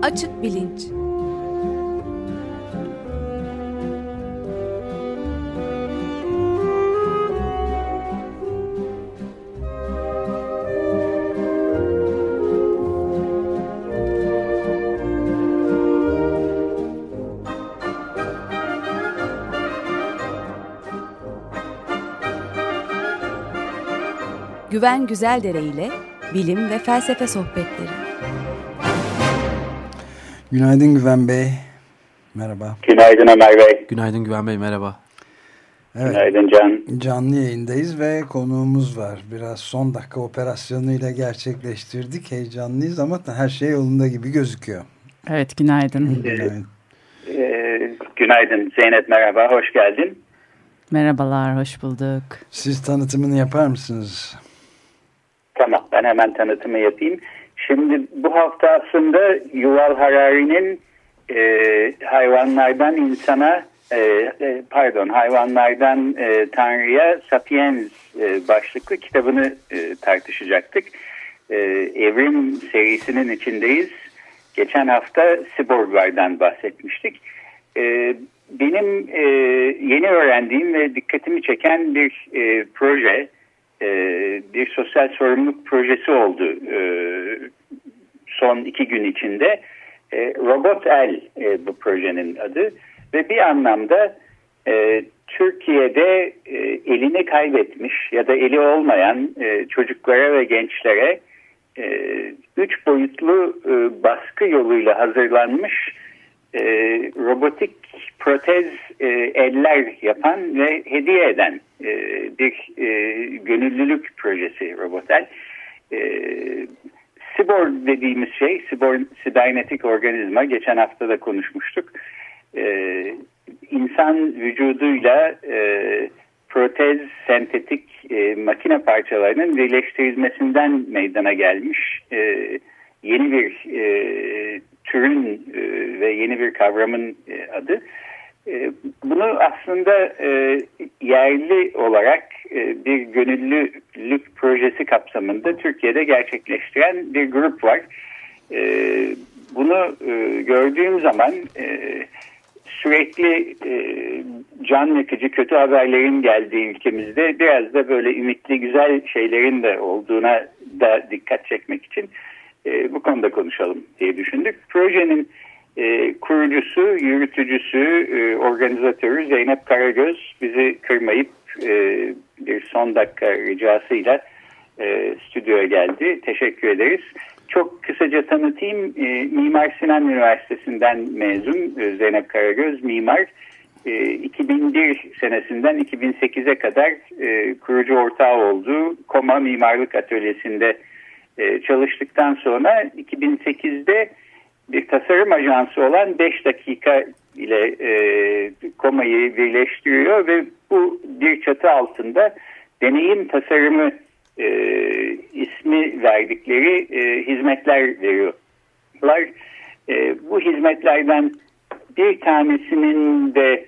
Açık bilinç. Güven Güzeldere ile bilim ve felsefe sohbetleri. Günaydın Güven Bey. Merhaba. Günaydın Ömer Bey. Günaydın Güven Bey, merhaba. Evet, günaydın Can. Canlı yayındayız ve konuğumuz var. Biraz son dakika operasyonuyla gerçekleştirdik. Heyecanlıyız ama her şey yolunda gibi gözüküyor. Evet, günaydın. Günaydın. Günaydın Zeynep, merhaba, hoş geldin. Merhabalar, hoş bulduk. Siz tanıtımını yapar mısınız? Tamam, ben hemen tanıtımı yapayım. Şimdi bu hafta aslında Yuval Harari'nin hayvanlardan Tanrı'ya Sapiens başlıklı kitabını tartışacaktık. Evrim serisinin içindeyiz. Geçen hafta siborglardan bahsetmiştik. Benim yeni öğrendiğim ve dikkatimi çeken bir proje, bir sosyal sorumluluk projesi oldu son 2 gün içinde. Robotel bu projenin adı ve bir anlamda Türkiye'de elini kaybetmiş ya da eli olmayan çocuklara ve gençlere 3 boyutlu baskı yoluyla hazırlanmış robotik protez eller yapan ve hediye eden bir gönüllülük projesi Robotel. Cyborg dediğimiz şey, sibernetik organizma, geçen hafta da konuşmuştuk. İnsan vücuduyla protez, sentetik makine parçalarının birleştirilmesinden meydana gelmiş yeni bir türün ve yeni bir kavramın adı. Bunu aslında yerli olarak bir gönüllülük projesi kapsamında Türkiye'de gerçekleştiren bir grup var. Bunu gördüğüm zaman sürekli can yakıcı kötü haberlerin geldiği ülkemizde biraz da böyle ümitli güzel şeylerin de olduğuna da dikkat çekmek için bu konuda konuşalım diye düşündük. Projenin kurucusu, yürütücüsü, organizatörü Zeynep Karagöz bizi kırmayıp bir son dakika ricasıyla stüdyoya geldi. Teşekkür ederiz. Çok kısaca tanıtayım. Mimar Sinan Üniversitesi'nden mezun Zeynep Karagöz, mimar. 2001 senesinden 2008'e kadar kurucu ortağı olduğu Koma Mimarlık Atölyesi'nde çalıştıktan sonra 2008'de bir tasarım ajansı olan 5 dakika ile Koma'yı birleştiriyor ve bu bir çatı altında deneyim tasarımı ismi verdikleri hizmetler veriyorlar. Bu hizmetlerden bir tanesinin de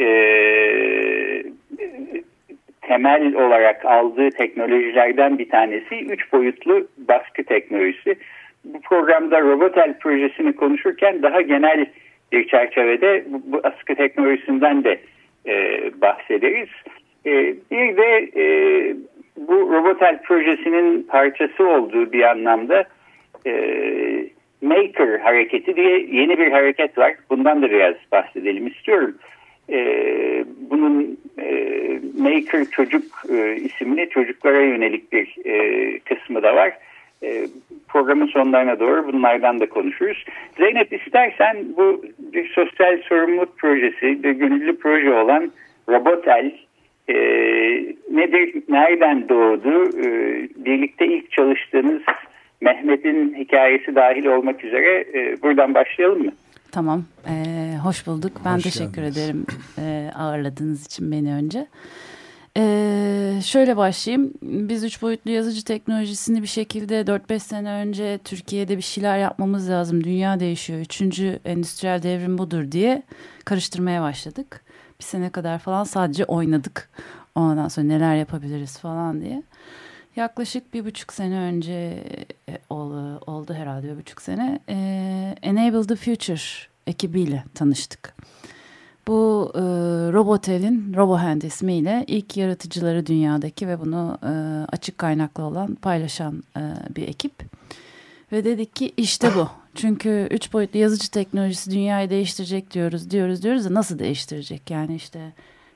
temel olarak aldığı teknolojilerden bir tanesi 3 boyutlu baskı teknolojisi. Bu programda Robotel projesini konuşurken daha genel bir çerçevede bu baskı teknolojisinden de bahsederiz. Bir de bu Robotel projesinin parçası olduğu bir anlamda Maker hareketi diye yeni bir hareket var. Bundan da biraz bahsedelim istiyorum. Bunun Maker Çocuk isimli çocuklara yönelik bir kısmı da var. Programın sonlarına doğru bunlardan da konuşuruz. Zeynep, istersen bu bir sosyal sorumluluk projesi, bir gönüllü proje olan Robotel nedir, nereden doğdu, birlikte ilk çalıştığınız Mehmet'in hikayesi dahil olmak üzere buradan başlayalım mı? Tamam, hoş bulduk. Ben teşekkür ederim ağırladığınız için beni önce. Şöyle başlayayım. Biz 3 boyutlu yazıcı teknolojisini bir şekilde 4-5 sene önce Türkiye'de bir şeyler yapmamız lazım. Dünya değişiyor. 3. endüstriyel devrim budur diye karıştırmaya başladık. Bir sene kadar falan sadece oynadık. Ondan sonra neler yapabiliriz falan diye. Yaklaşık 1,5 sene önce oldu herhalde 1,5 sene. Enable the Future ekibiyle tanıştık. Bu Robotel'in Robohand ismiyle ilk yaratıcıları dünyadaki ve bunu açık kaynaklı olan paylaşan bir ekip. Ve dedik ki işte bu. Çünkü 3 boyutlu yazıcı teknolojisi dünyayı değiştirecek diyoruz da nasıl değiştirecek? Yani işte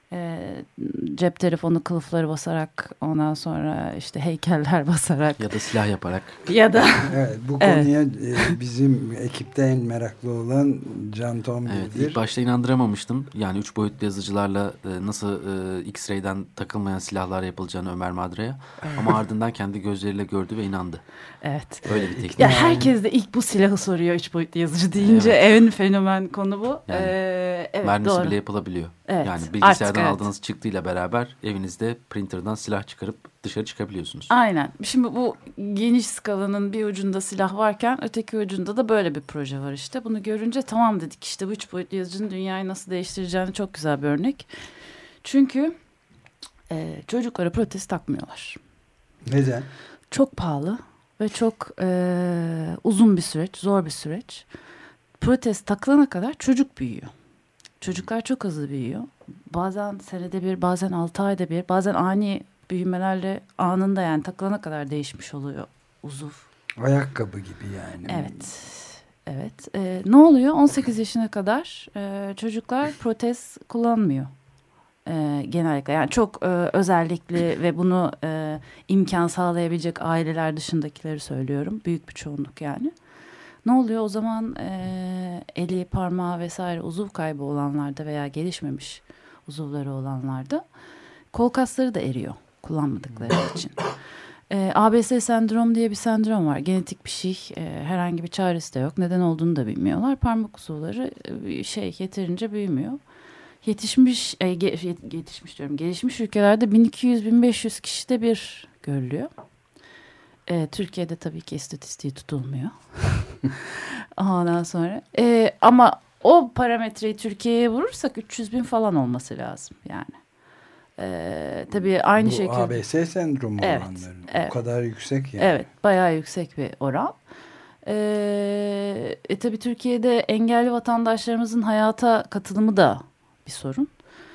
cep telefonu kılıfları basarak, ondan sonra işte heykeller basarak. Ya da silah yaparak. Ya da. Evet, bu konuya bizim ekipte en meraklı olan Can Tom Evet, bilir. ilk başta inandıramamıştım. Yani 3 boyutlu yazıcılarla nasıl X-ray'den takılmayan silahlar yapılacağını Ömer Madra'ya. Ama ardından kendi gözleriyle gördü ve inandı. Evet. Öyle bir teknik. Ya herkes de ilk bu silahı soruyor 3 boyutlu yazıcı deyince. Evet. En fenomen konu bu. Yani evet, mermisi doğru. bile yapılabiliyor. Evet, Yani bilgisayardan artık, aldığınız çıktıyla beraber evinizde printer'dan silah çıkarıp dışarı çıkabiliyorsunuz. Aynen. Şimdi bu geniş skalanın bir ucunda silah varken öteki ucunda da böyle bir proje var işte. Bunu görünce tamam dedik, işte bu 3 boyutlu yazıcının dünyayı nasıl değiştireceğini çok güzel bir örnek. Çünkü çocuklara protez takmıyorlar. Neden? Çok pahalı ve çok uzun bir süreç, zor bir süreç. Protez takılana kadar çocuk büyüyor. Çocuklar çok hızlı büyüyor. Bazen senede bir, bazen 6 ayda bir, bazen ani büyümelerle anında, yani takılana kadar değişmiş oluyor uzuv. Ayakkabı gibi yani. Evet. Evet. Ne oluyor? 18 yaşına kadar çocuklar protez kullanmıyor. Genellikle. Yani çok özellikli ve bunu imkan sağlayabilecek aileler dışındakileri söylüyorum. Büyük bir çoğunluk yani. Ne oluyor? O zaman eli, parmağı vesaire uzuv kaybı olanlarda veya gelişmemiş uzuvları olanlarda kol kasları da eriyor kullanmadıkları için. ABS sendrom diye bir sendrom var. Genetik bir şey. Herhangi bir çaresi de yok. Neden olduğunu da bilmiyorlar. Parmak uzuvları yeterince büyümüyor. Gelişmiş ülkelerde 1200-1500 kişide bir görülüyor. Türkiye'de tabii ki istatistiği tutulmuyor. Ondan sonra. Ama o parametreyi Türkiye'ye vurursak 300.000 falan olması lazım yani. Tabii aynı şekilde. Bu ABS sendromu olanların. Evet. O kadar yüksek yani. Evet, bayağı yüksek bir oran. Tabii Türkiye'de engelli vatandaşlarımızın hayata katılımı da bir sorun.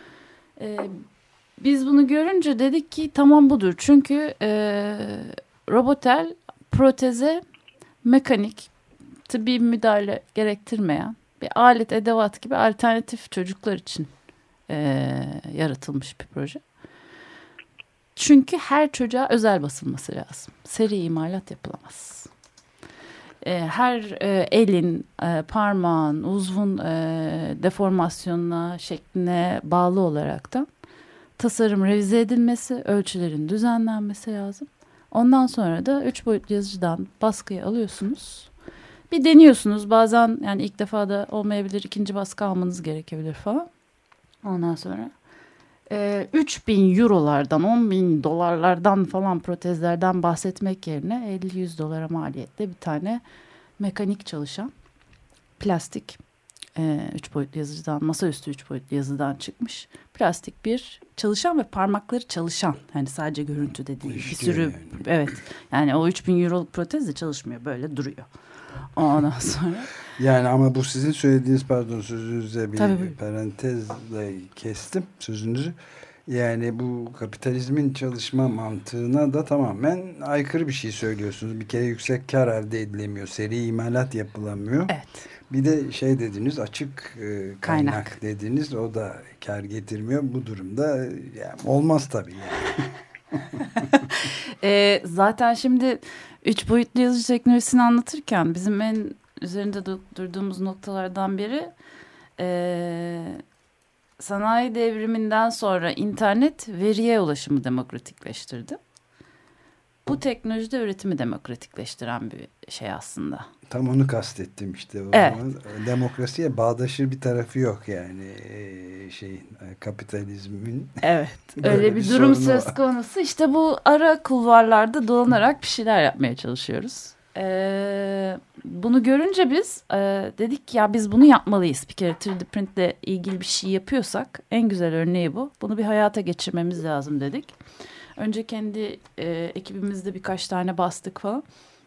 Biz bunu görünce dedik ki tamam budur. Çünkü Robotel proteze mekanik, tıbbi müdahale gerektirmeyen bir alet, edevat gibi alternatif çocuklar için yaratılmış bir proje. Çünkü her çocuğa özel basılması lazım. Seri imalat yapılamaz. Her elin, parmağın, uzvun deformasyonuna, şekline bağlı olaraktan tasarım revize edilmesi, ölçülerin düzenlenmesi lazım. Ondan sonra da 3 boyutlu yazıcıdan baskıyı alıyorsunuz. Bir deniyorsunuz. Bazen yani ilk defa da olmayabilir, ikinci baskı almanız gerekebilir falan. Ondan sonra 3.000 eurolardan, 10.000 dolarlardan falan protezlerden bahsetmek yerine 50-100 dolara maliyetle bir tane mekanik çalışan plastik 3 boyutlu yazıcıdan, masaüstü 3 boyutlu yazıdan çıkmış plastik bir çalışan ve parmakları çalışan, hani sadece görüntüde değil, bir sürü yani. Evet, yani o 3.000 euroluk protez de çalışmıyor, böyle duruyor. Ondan sonra yani ama bu sizin söylediğiniz, pardon sözünüze bir parantezle kestim sözünüzü. Yani bu kapitalizmin çalışma mantığına da tamamen aykırı bir şey söylüyorsunuz. Bir kere yüksek kar elde edilemiyor. Seri imalat yapılamıyor. Evet. Bir de şey dediniz, açık kaynak dediniz. O da kar getirmiyor. Bu durumda yani olmaz tabii yani. Zaten şimdi 3 boyutlu yazıcı teknolojisini anlatırken bizim en üzerinde durduğumuz noktalardan biri sanayi devriminden sonra internet veriye ulaşımı demokratikleştirdi. Bu teknolojide üretimi demokratikleştiren bir şey aslında. Tam onu kastettim işte. O zaman demokrasiye bağdaşır bir tarafı yok yani kapitalizmin. Evet. Öyle bir durum söz konusu. İşte bu ara kulvarlarda dolanarak bir şeyler yapmaya çalışıyoruz. Bunu görünce biz dedik ya biz bunu yapmalıyız. Bir kere 3D printle ilgili bir şey yapıyorsak en güzel örneği bu. Bunu bir hayata geçirmemiz lazım dedik. Önce kendi ekibimizde birkaç tane bastık falan.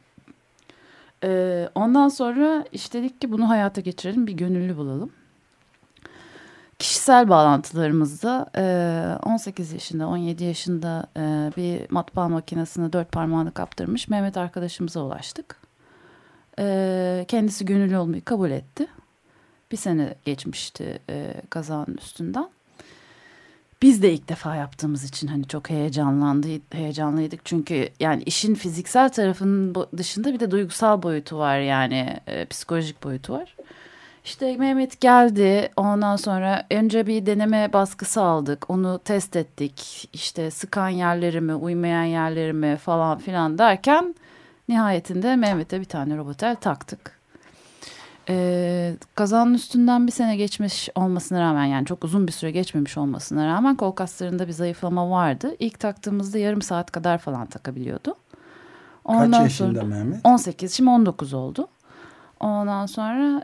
Ondan sonra işte dedik ki bunu hayata geçirelim, bir gönüllü bulalım. Kişisel bağlantılarımızda 18 yaşında, 17 yaşında bir matbaa makinesine 4 parmağını kaptırmış Mehmet arkadaşımıza ulaştık. Kendisi gönüllü olmayı kabul etti. Bir sene geçmişti kazanın üstünden. Biz de ilk defa yaptığımız için hani çok heyecanlıydık. Çünkü yani işin fiziksel tarafının dışında bir de duygusal boyutu var, yani psikolojik boyutu var. İşte Mehmet geldi, ondan sonra önce bir deneme baskısı aldık, onu test ettik. İşte sıkan yerlerimi, uymayan yerlerimi falan filan derken nihayetinde Mehmet'e bir tane robotel taktık. Kazanın üstünden bir sene geçmiş olmasına rağmen, yani çok uzun bir süre geçmemiş olmasına rağmen kol kaslarında bir zayıflama vardı. İlk taktığımızda yarım saat kadar falan takabiliyordu. Ondan Kaç yaşında sonra, Mehmet? 18, şimdi 19 oldu. Ondan sonra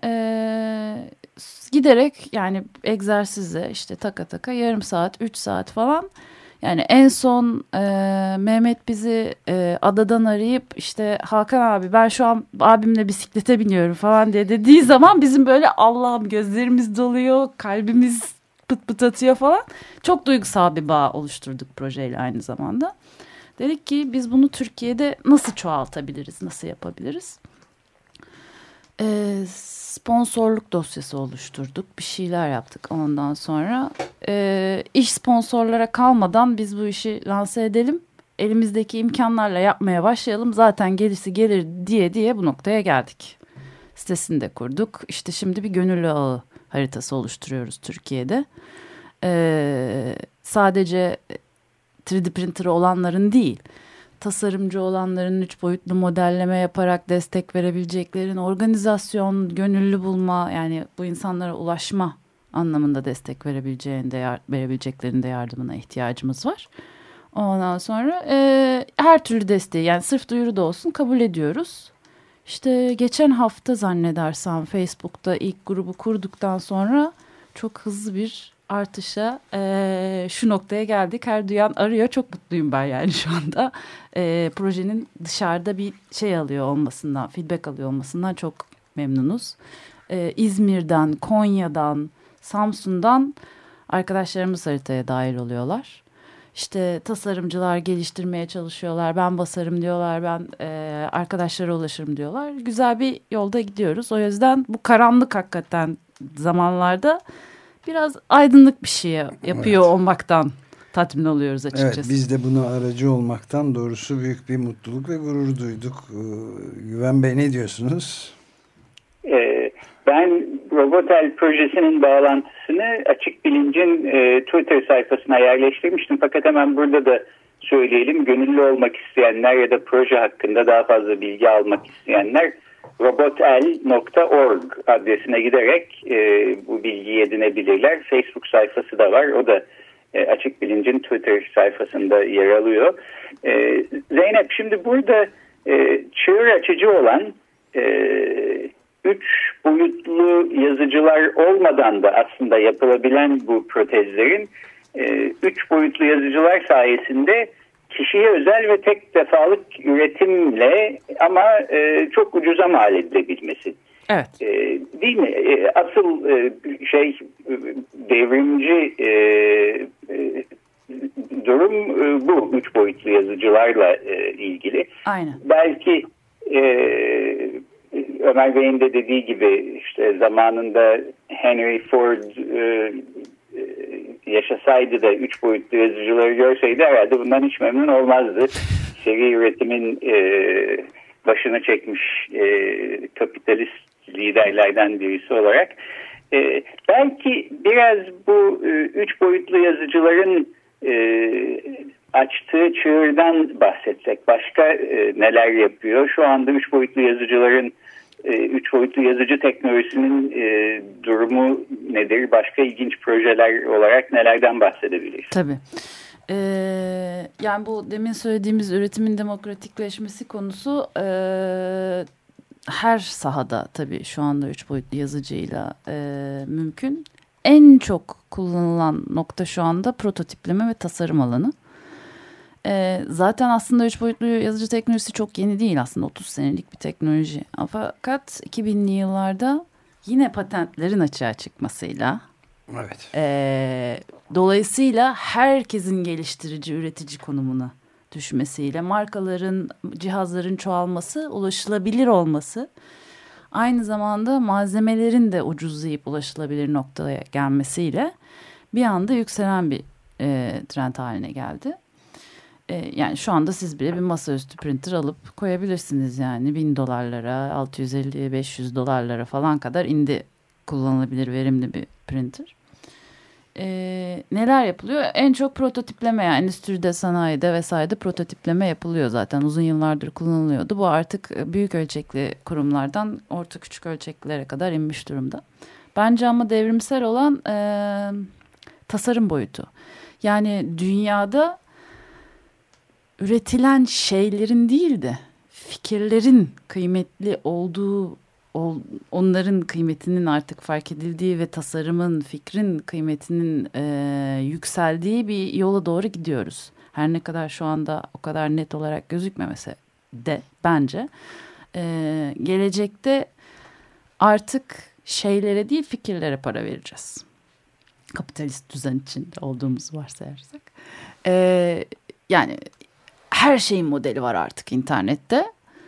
giderek yani egzersizle işte taka yarım saat, 3 saat falan. Yani en son Mehmet bizi adadan arayıp işte Hakan abi ben şu an abimle bisiklete biniyorum falan diye dediği zaman bizim böyle Allah'ım gözlerimiz doluyor, kalbimiz pıt pıt atıyor falan. Çok duygusal bir bağ oluşturduk projeyle aynı zamanda. Dedik ki biz bunu Türkiye'de nasıl çoğaltabiliriz, nasıl yapabiliriz? Sponsorluk dosyası oluşturduk, bir şeyler yaptık. Ondan sonra iş sponsorlara kalmadan biz bu işi lanse edelim, elimizdeki imkanlarla yapmaya başlayalım, zaten gerisi gelir diye bu noktaya geldik. Sitesini de kurduk. İşte şimdi bir gönüllü ağı haritası oluşturuyoruz Türkiye'de. Sadece 3D printer'ı olanların değil, tasarımcı olanların 3 boyutlu modelleme yaparak destek verebileceklerin, organizasyon, gönüllü bulma, yani bu insanlara ulaşma anlamında destek verebileceklerin de yardımına ihtiyacımız var. Ondan sonra her türlü desteği, yani sırf duyuru da olsun, kabul ediyoruz. İşte geçen hafta zannedersem Facebook'ta ilk grubu kurduktan sonra çok hızlı bir artışa şu noktaya geldik. Her duyan arıyor. Çok mutluyum ben yani şu anda. Projenin dışarıda bir şey alıyor olmasından, feedback alıyor olmasından çok memnunuz. İzmir'den, Konya'dan, Samsun'dan arkadaşlarımız haritaya dahil oluyorlar. İşte tasarımcılar geliştirmeye çalışıyorlar. Ben basarım diyorlar. Ben arkadaşlara ulaşırım diyorlar. Güzel bir yolda gidiyoruz. O yüzden bu karanlık hakikaten zamanlarda biraz aydınlık bir şey yapıyor olmaktan tatmin oluyoruz açıkçası. Evet, biz de buna aracı olmaktan doğrusu büyük bir mutluluk ve gurur duyduk. Güven Bey, ne diyorsunuz? Ben Robotel projesinin bağlantısını Açık Bilinc'in Twitter sayfasına yerleştirmiştim. Fakat hemen burada da söyleyelim. Gönüllü olmak isteyenler ya da proje hakkında daha fazla bilgi almak isteyenler robotel.org adresine giderek bu bilgiyi edinebilirler. Facebook sayfası da var. O da Açık Bilinc'in Twitter sayfasında yer alıyor. Zeynep, şimdi burada çığır açıcı olan 3 boyutlu yazıcılar olmadan da aslında yapılabilen bu protezlerin 3 boyutlu yazıcılar sayesinde kişiye özel ve tek defalık üretimle ama çok ucuza mal edilebilmesi. Evet. Değil mi? Asıl devrimci durum bu 3 boyutlu yazıcılarla ilgili. Aynen. Belki Ömer Bey'in de dediği gibi işte zamanında Henry Ford yaşasaydı da 3 boyutlu yazıcıları görseydi herhalde bundan hiç memnun olmazdı. Seri üretimin başını çekmiş kapitalist liderlerden birisi olarak. Belki biraz bu 3 boyutlu yazıcıların açtığı çığırdan bahsetsek. Başka neler yapıyor? Şu anda 3 boyutlu yazıcıların 3 boyutlu yazıcı teknolojisinin durumu nedir? Başka ilginç projeler olarak nelerden bahsedebiliriz? Tabii. Yani bu demin söylediğimiz üretimin demokratikleşmesi konusu her sahada tabii şu anda 3 boyutlu yazıcıyla mümkün. En çok kullanılan nokta şu anda prototipleme ve tasarım alanı. Zaten aslında 3 boyutlu yazıcı teknolojisi çok yeni değil aslında 30 senelik bir teknoloji. Fakat 2000'li yıllarda yine patentlerin açığa çıkmasıyla evet. Dolayısıyla herkesin geliştirici, üretici konumuna düşmesiyle markaların, cihazların çoğalması, ulaşılabilir olması, aynı zamanda malzemelerin de ucuzlayıp ulaşılabilir noktaya gelmesiyle bir anda yükselen bir trend haline geldi. Yani şu anda siz bile bir masaüstü printer alıp koyabilirsiniz yani $1000'lara, $650-500 falan kadar indi kullanılabilir verimli bir printer. Neler yapılıyor? En çok prototipleme, yani endüstride, sanayide vesairede prototipleme yapılıyor zaten. Uzun yıllardır kullanılıyordu. Bu artık büyük ölçekli kurumlardan orta küçük ölçeklilere kadar inmiş durumda. Bence ama devrimsel olan tasarım boyutu. Yani dünyada üretilen şeylerin değil de fikirlerin kıymetli olduğu, onların kıymetinin artık fark edildiği ve tasarımın, fikrin kıymetinin yükseldiği bir yola doğru gidiyoruz. Her ne kadar şu anda o kadar net olarak gözükmemese de bence gelecekte artık şeylere değil fikirlere para vereceğiz. Kapitalist düzen içinde olduğumuzu varsayarsak. Yani her şeyin modeli var artık internette.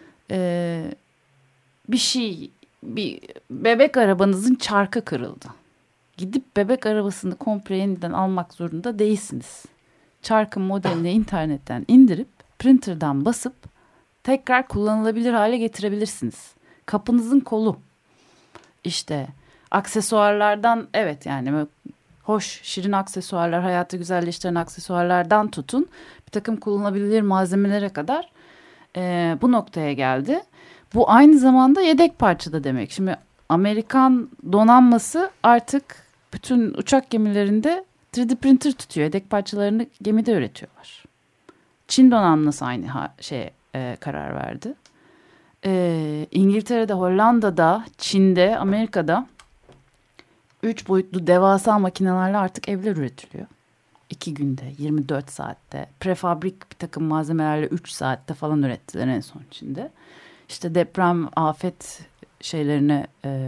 Bir bebek arabanızın çarkı kırıldı. Gidip bebek arabasını komple yeniden almak zorunda değilsiniz. Çarkın modelini internetten indirip printer'dan basıp tekrar kullanılabilir hale getirebilirsiniz. Kapınızın kolu. İşte aksesuarlardan, evet yani hoş, şirin aksesuarlar, hayatı güzelleştiren aksesuarlardan tutun bir takım kullanılabilir malzemelere kadar bu noktaya geldi. Bu aynı zamanda yedek parça da demek. Şimdi Amerikan donanması artık bütün uçak gemilerinde 3D printer tutuyor. Yedek parçalarını gemide üretiyorlar. Çin donanması aynı karar verdi. İngiltere'de, Hollanda'da, Çin'de, Amerika'da 3 boyutlu devasa makinelerle artık evler üretiliyor. 2 günde, 24 saatte, prefabrik bir takım malzemelerle 3 saatte falan ürettiler en son Çin'de. İşte deprem, afet şeylerine,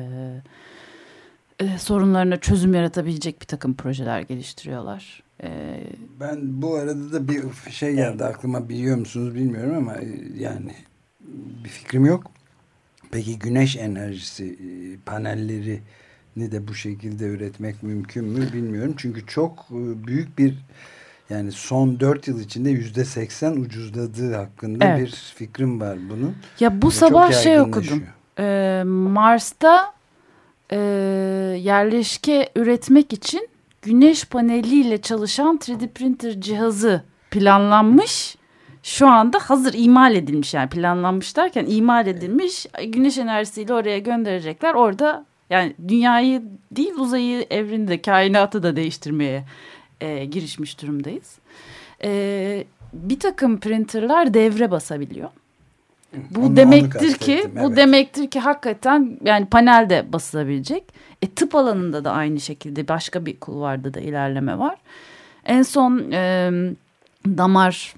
sorunlarına çözüm yaratabilecek bir takım projeler geliştiriyorlar. Ben bu arada da bir şey geldi aklıma, biliyor musunuz bilmiyorum ama yani bir fikrim yok. Peki güneş enerjisi panellerini de bu şekilde üretmek mümkün mü bilmiyorum. Çünkü çok büyük bir, yani son 4 yıl içinde %80 ucuzladığı hakkında bir fikrim var bunun. Ya bu sabah okudum. Mars'ta yerleşke üretmek için güneş paneliyle çalışan 3D printer cihazı planlanmış. Şu anda hazır imal edilmiş, yani planlanmış derken imal edilmiş. Güneş enerjisiyle oraya gönderecekler. Orada yani dünyayı değil, uzayı, evreni de, kainatı da değiştirmeye girişmiş durumdayız. Bir takım printerlar devre basabiliyor. Bu demektir ki hakikaten yani panelde basılabilecek. Tıp alanında da aynı şekilde başka bir kulvarda da ilerleme var. En son damar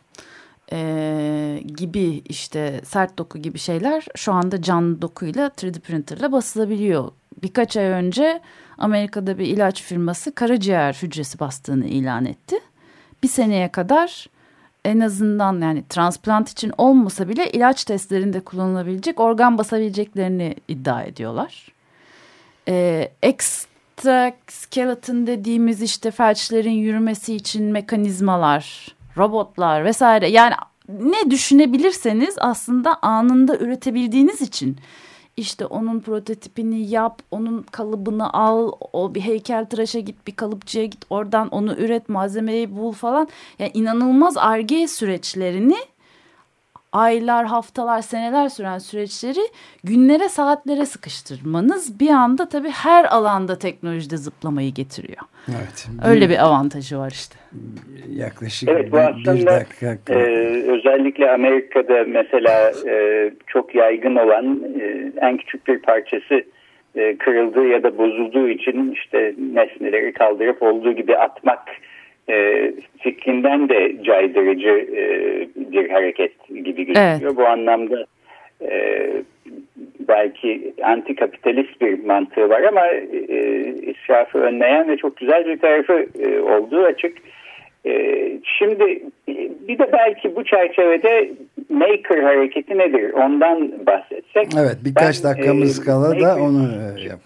gibi, işte sert doku gibi şeyler şu anda canlı dokuyla 3D printerle basılabiliyor. Birkaç ay önce Amerika'da bir ilaç firması karaciğer hücresi bastığını ilan etti. Bir seneye kadar en azından, yani transplant için olmasa bile ilaç testlerinde kullanılabilecek organ basabileceklerini iddia ediyorlar. Exoskeleton dediğimiz işte felçlerin yürümesi için mekanizmalar, robotlar vesaire, yani ne düşünebilirseniz aslında anında üretebildiğiniz için işte onun prototipini yap, onun kalıbını al, o bir heykeltıraşa git, bir kalıpçıya git, oradan onu üret, malzemeyi bul falan. Yani inanılmaz Ar-Ge süreçlerini, aylar, haftalar, seneler süren süreçleri günlere, saatlere sıkıştırmanız bir anda tabii her alanda teknolojide zıplamayı getiriyor. Evet. Öyle bir avantajı var işte. Yaklaşık bu aslında, bir dakika. Özellikle Amerika'da mesela çok yaygın olan en küçük bir parçası kırıldığı ya da bozulduğu için işte nesneleri kaldırıp olduğu gibi atmak fikrinden de caydırıcı bir hareket gibi gözüküyor. Evet. Bu anlamda belki antikapitalist bir mantığı var ama israfı önleyen ve çok güzel bir tarafı olduğu açık. Şimdi bir de belki bu çerçevede Maker hareketi nedir? Ondan bahsetsek. Evet, birkaç dakikamız kala da onu yap.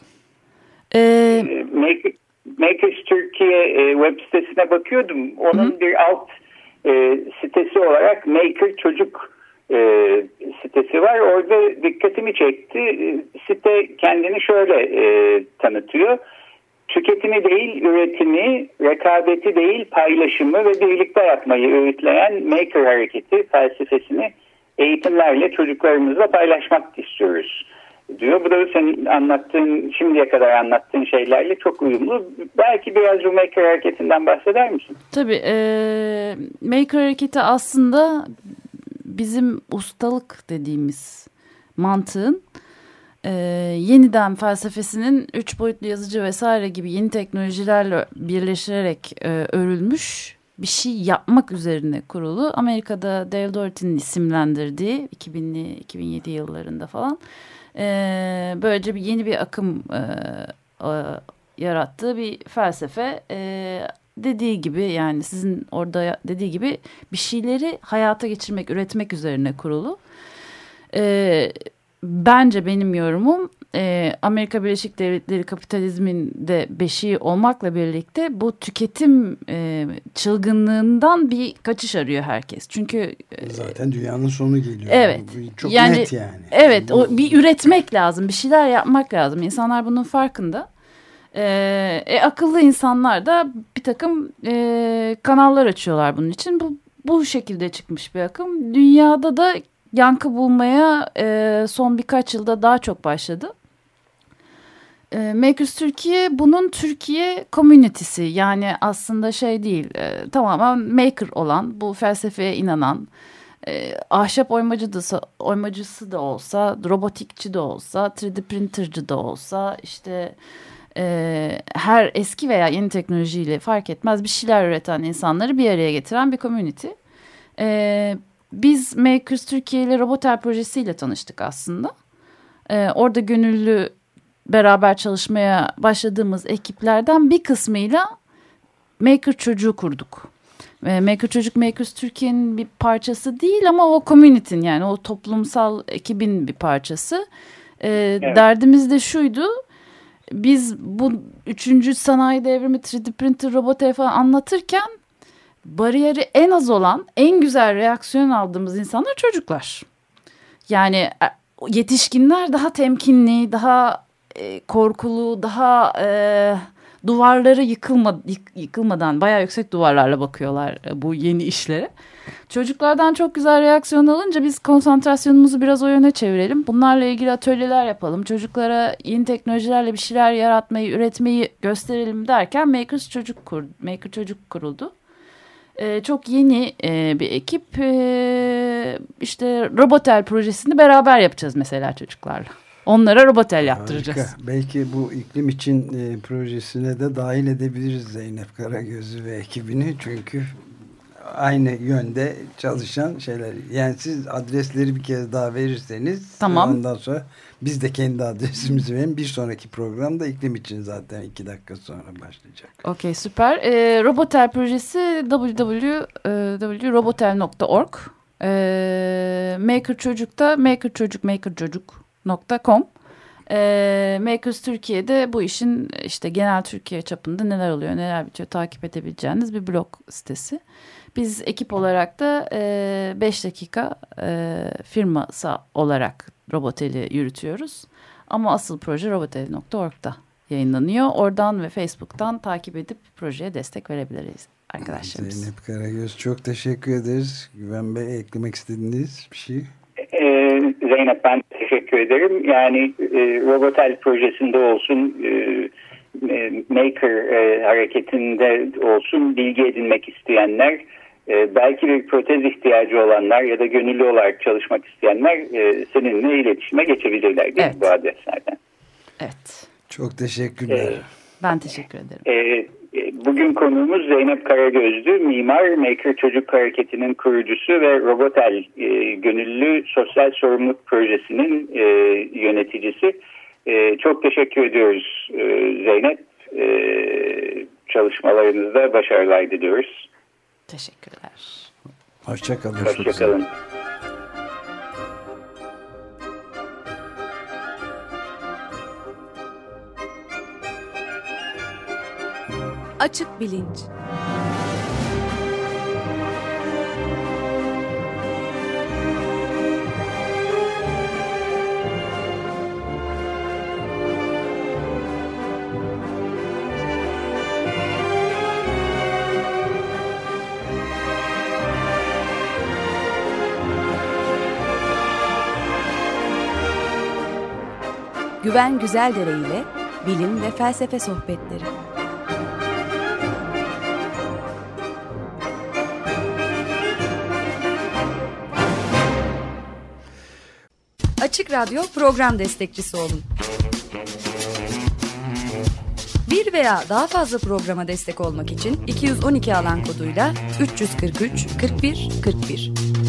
Makers Türkiye web sitesine bakıyordum. Onun bir alt sitesi olarak Maker Çocuk sitesi var. Orada dikkatimi çekti. Site kendini şöyle tanıtıyor. Tüketimi değil, üretimi, rekabeti değil, paylaşımı ve birlikte yapmayı öğütleyen Maker hareketi felsefesini eğitimlerle çocuklarımızla paylaşmak istiyoruz diyor. Bu da senin anlattığın, şimdiye kadar anlattığın şeylerle çok uyumlu. Belki biraz bu Maker hareketinden bahseder misin? Tabii. Maker hareketi aslında bizim ustalık dediğimiz mantığın yeniden felsefesinin 3 boyutlu yazıcı vesaire gibi yeni teknolojilerle birleştirerek örülmüş bir şey yapmak üzerine kurulu. Amerika'da Dale Doherty'nin isimlendirdiği 2000'li 2007 yıllarında falan böylece yeni bir akım yarattığı bir felsefe. Dediği gibi, yani sizin orada dediği gibi bir şeyleri hayata geçirmek, üretmek üzerine kurulu. Bence benim yorumum Amerika Birleşik Devletleri kapitalizmin de beşiği olmakla birlikte bu tüketim çılgınlığından bir kaçış arıyor herkes. Çünkü zaten dünyanın sonu geliyor. Evet. Çok net yani. Evet, bir üretmek lazım, bir şeyler yapmak lazım. İnsanlar bunun farkında. Akıllı insanlar da bir takım kanallar açıyorlar bunun için. Bu şekilde çıkmış bir akım. Dünyada da yankı bulmaya son birkaç yılda daha çok başladı. Makers Türkiye bunun Türkiye community'si, yani aslında şey değil, tamamen maker olan, bu felsefeye inanan, ahşap oymacısı da olsa, robotikçi de olsa, 3D printercı da olsa, işte her eski veya yeni teknolojiyle fark etmez bir şeyler üreten insanları bir araya getiren bir community. Biz Makers Türkiye ile Robotel projesiyle tanıştık aslında. Orada gönüllü beraber çalışmaya başladığımız ekiplerden bir kısmıyla Maker Çocuğu kurduk. Maker Çocuk Makers Türkiye'nin bir parçası değil ama o community'nin, yani o toplumsal ekibin bir parçası. Evet. Derdimiz de şuydu. Biz bu 3. sanayi devrimi, 3D printer, robot falan anlatırken bariyeri en az olan, en güzel reaksiyon aldığımız insanlar çocuklar. Yani yetişkinler daha temkinli, daha korkulu, daha duvarları yıkılmadan bayağı yüksek duvarlarla bakıyorlar bu yeni işlere. Çocuklardan çok güzel reaksiyon alınca biz konsantrasyonumuzu biraz o yöne çevirelim. Bunlarla ilgili atölyeler yapalım. Çocuklara yeni teknolojilerle bir şeyler yaratmayı, üretmeyi gösterelim derken Maker Çocuk kuruldu. Çok yeni bir ekip. İşte Robotel projesini beraber yapacağız mesela çocuklarla. Onlara Robotel yaptıracağız. Harika. Belki bu iklim için projesine de dahil edebiliriz Zeynep Karagöz'ü ve ekibini. Çünkü aynı yönde çalışan şeyler. Yani siz adresleri bir kez daha verirseniz, tamam. Ondan sonra biz de kendi adresimizi verelim. Bir sonraki programda iklim için zaten 2 dakika sonra başlayacak. Okey, süper. Robotel projesi www.robotel.org. Maker Çocuk'ta makerçocuk.com. Makers Türkiye'de bu işin işte genel Türkiye çapında neler oluyor, neler bitiyor takip edebileceğiniz bir blog sitesi. Biz ekip olarak da 5 dakika firması olarak Robotel'i yürütüyoruz. Ama asıl proje robotel.org'da yayınlanıyor. Oradan ve Facebook'tan takip edip projeye destek verebiliriz arkadaşlarımız. Zeynep Karagöz, çok teşekkür ederiz. Güven Bey, eklemek istediğiniz bir şey? Zeynep, ben teşekkür ederim. Yani Robotel projesinde olsun, Maker hareketinde olsun, bilgi edinmek isteyenler, belki bir protez ihtiyacı olanlar ya da gönüllü olarak çalışmak isteyenler seninle iletişime geçebilirler bu adreslerden. Evet. Çok teşekkürler. Ben teşekkür ederim. Bugün konuğumuz Zeynep Karagözlü, mimar, Maker Çocuk Hareketi'nin kurucusu ve Robotel Gönüllü Sosyal Sorumluluk Projesi'nin yöneticisi. Çok teşekkür ediyoruz Zeynep. Çalışmalarınızda başarılar diliyoruz. Teşekkürler. Hoşçakalın. Hoşçakalın. Açık bilinç. Güven Güzeldere ile bilim ve felsefe sohbetleri. Açık Radyo program destekçisi olun. Bir veya daha fazla programa destek olmak için 212 alan koduyla 343 41 41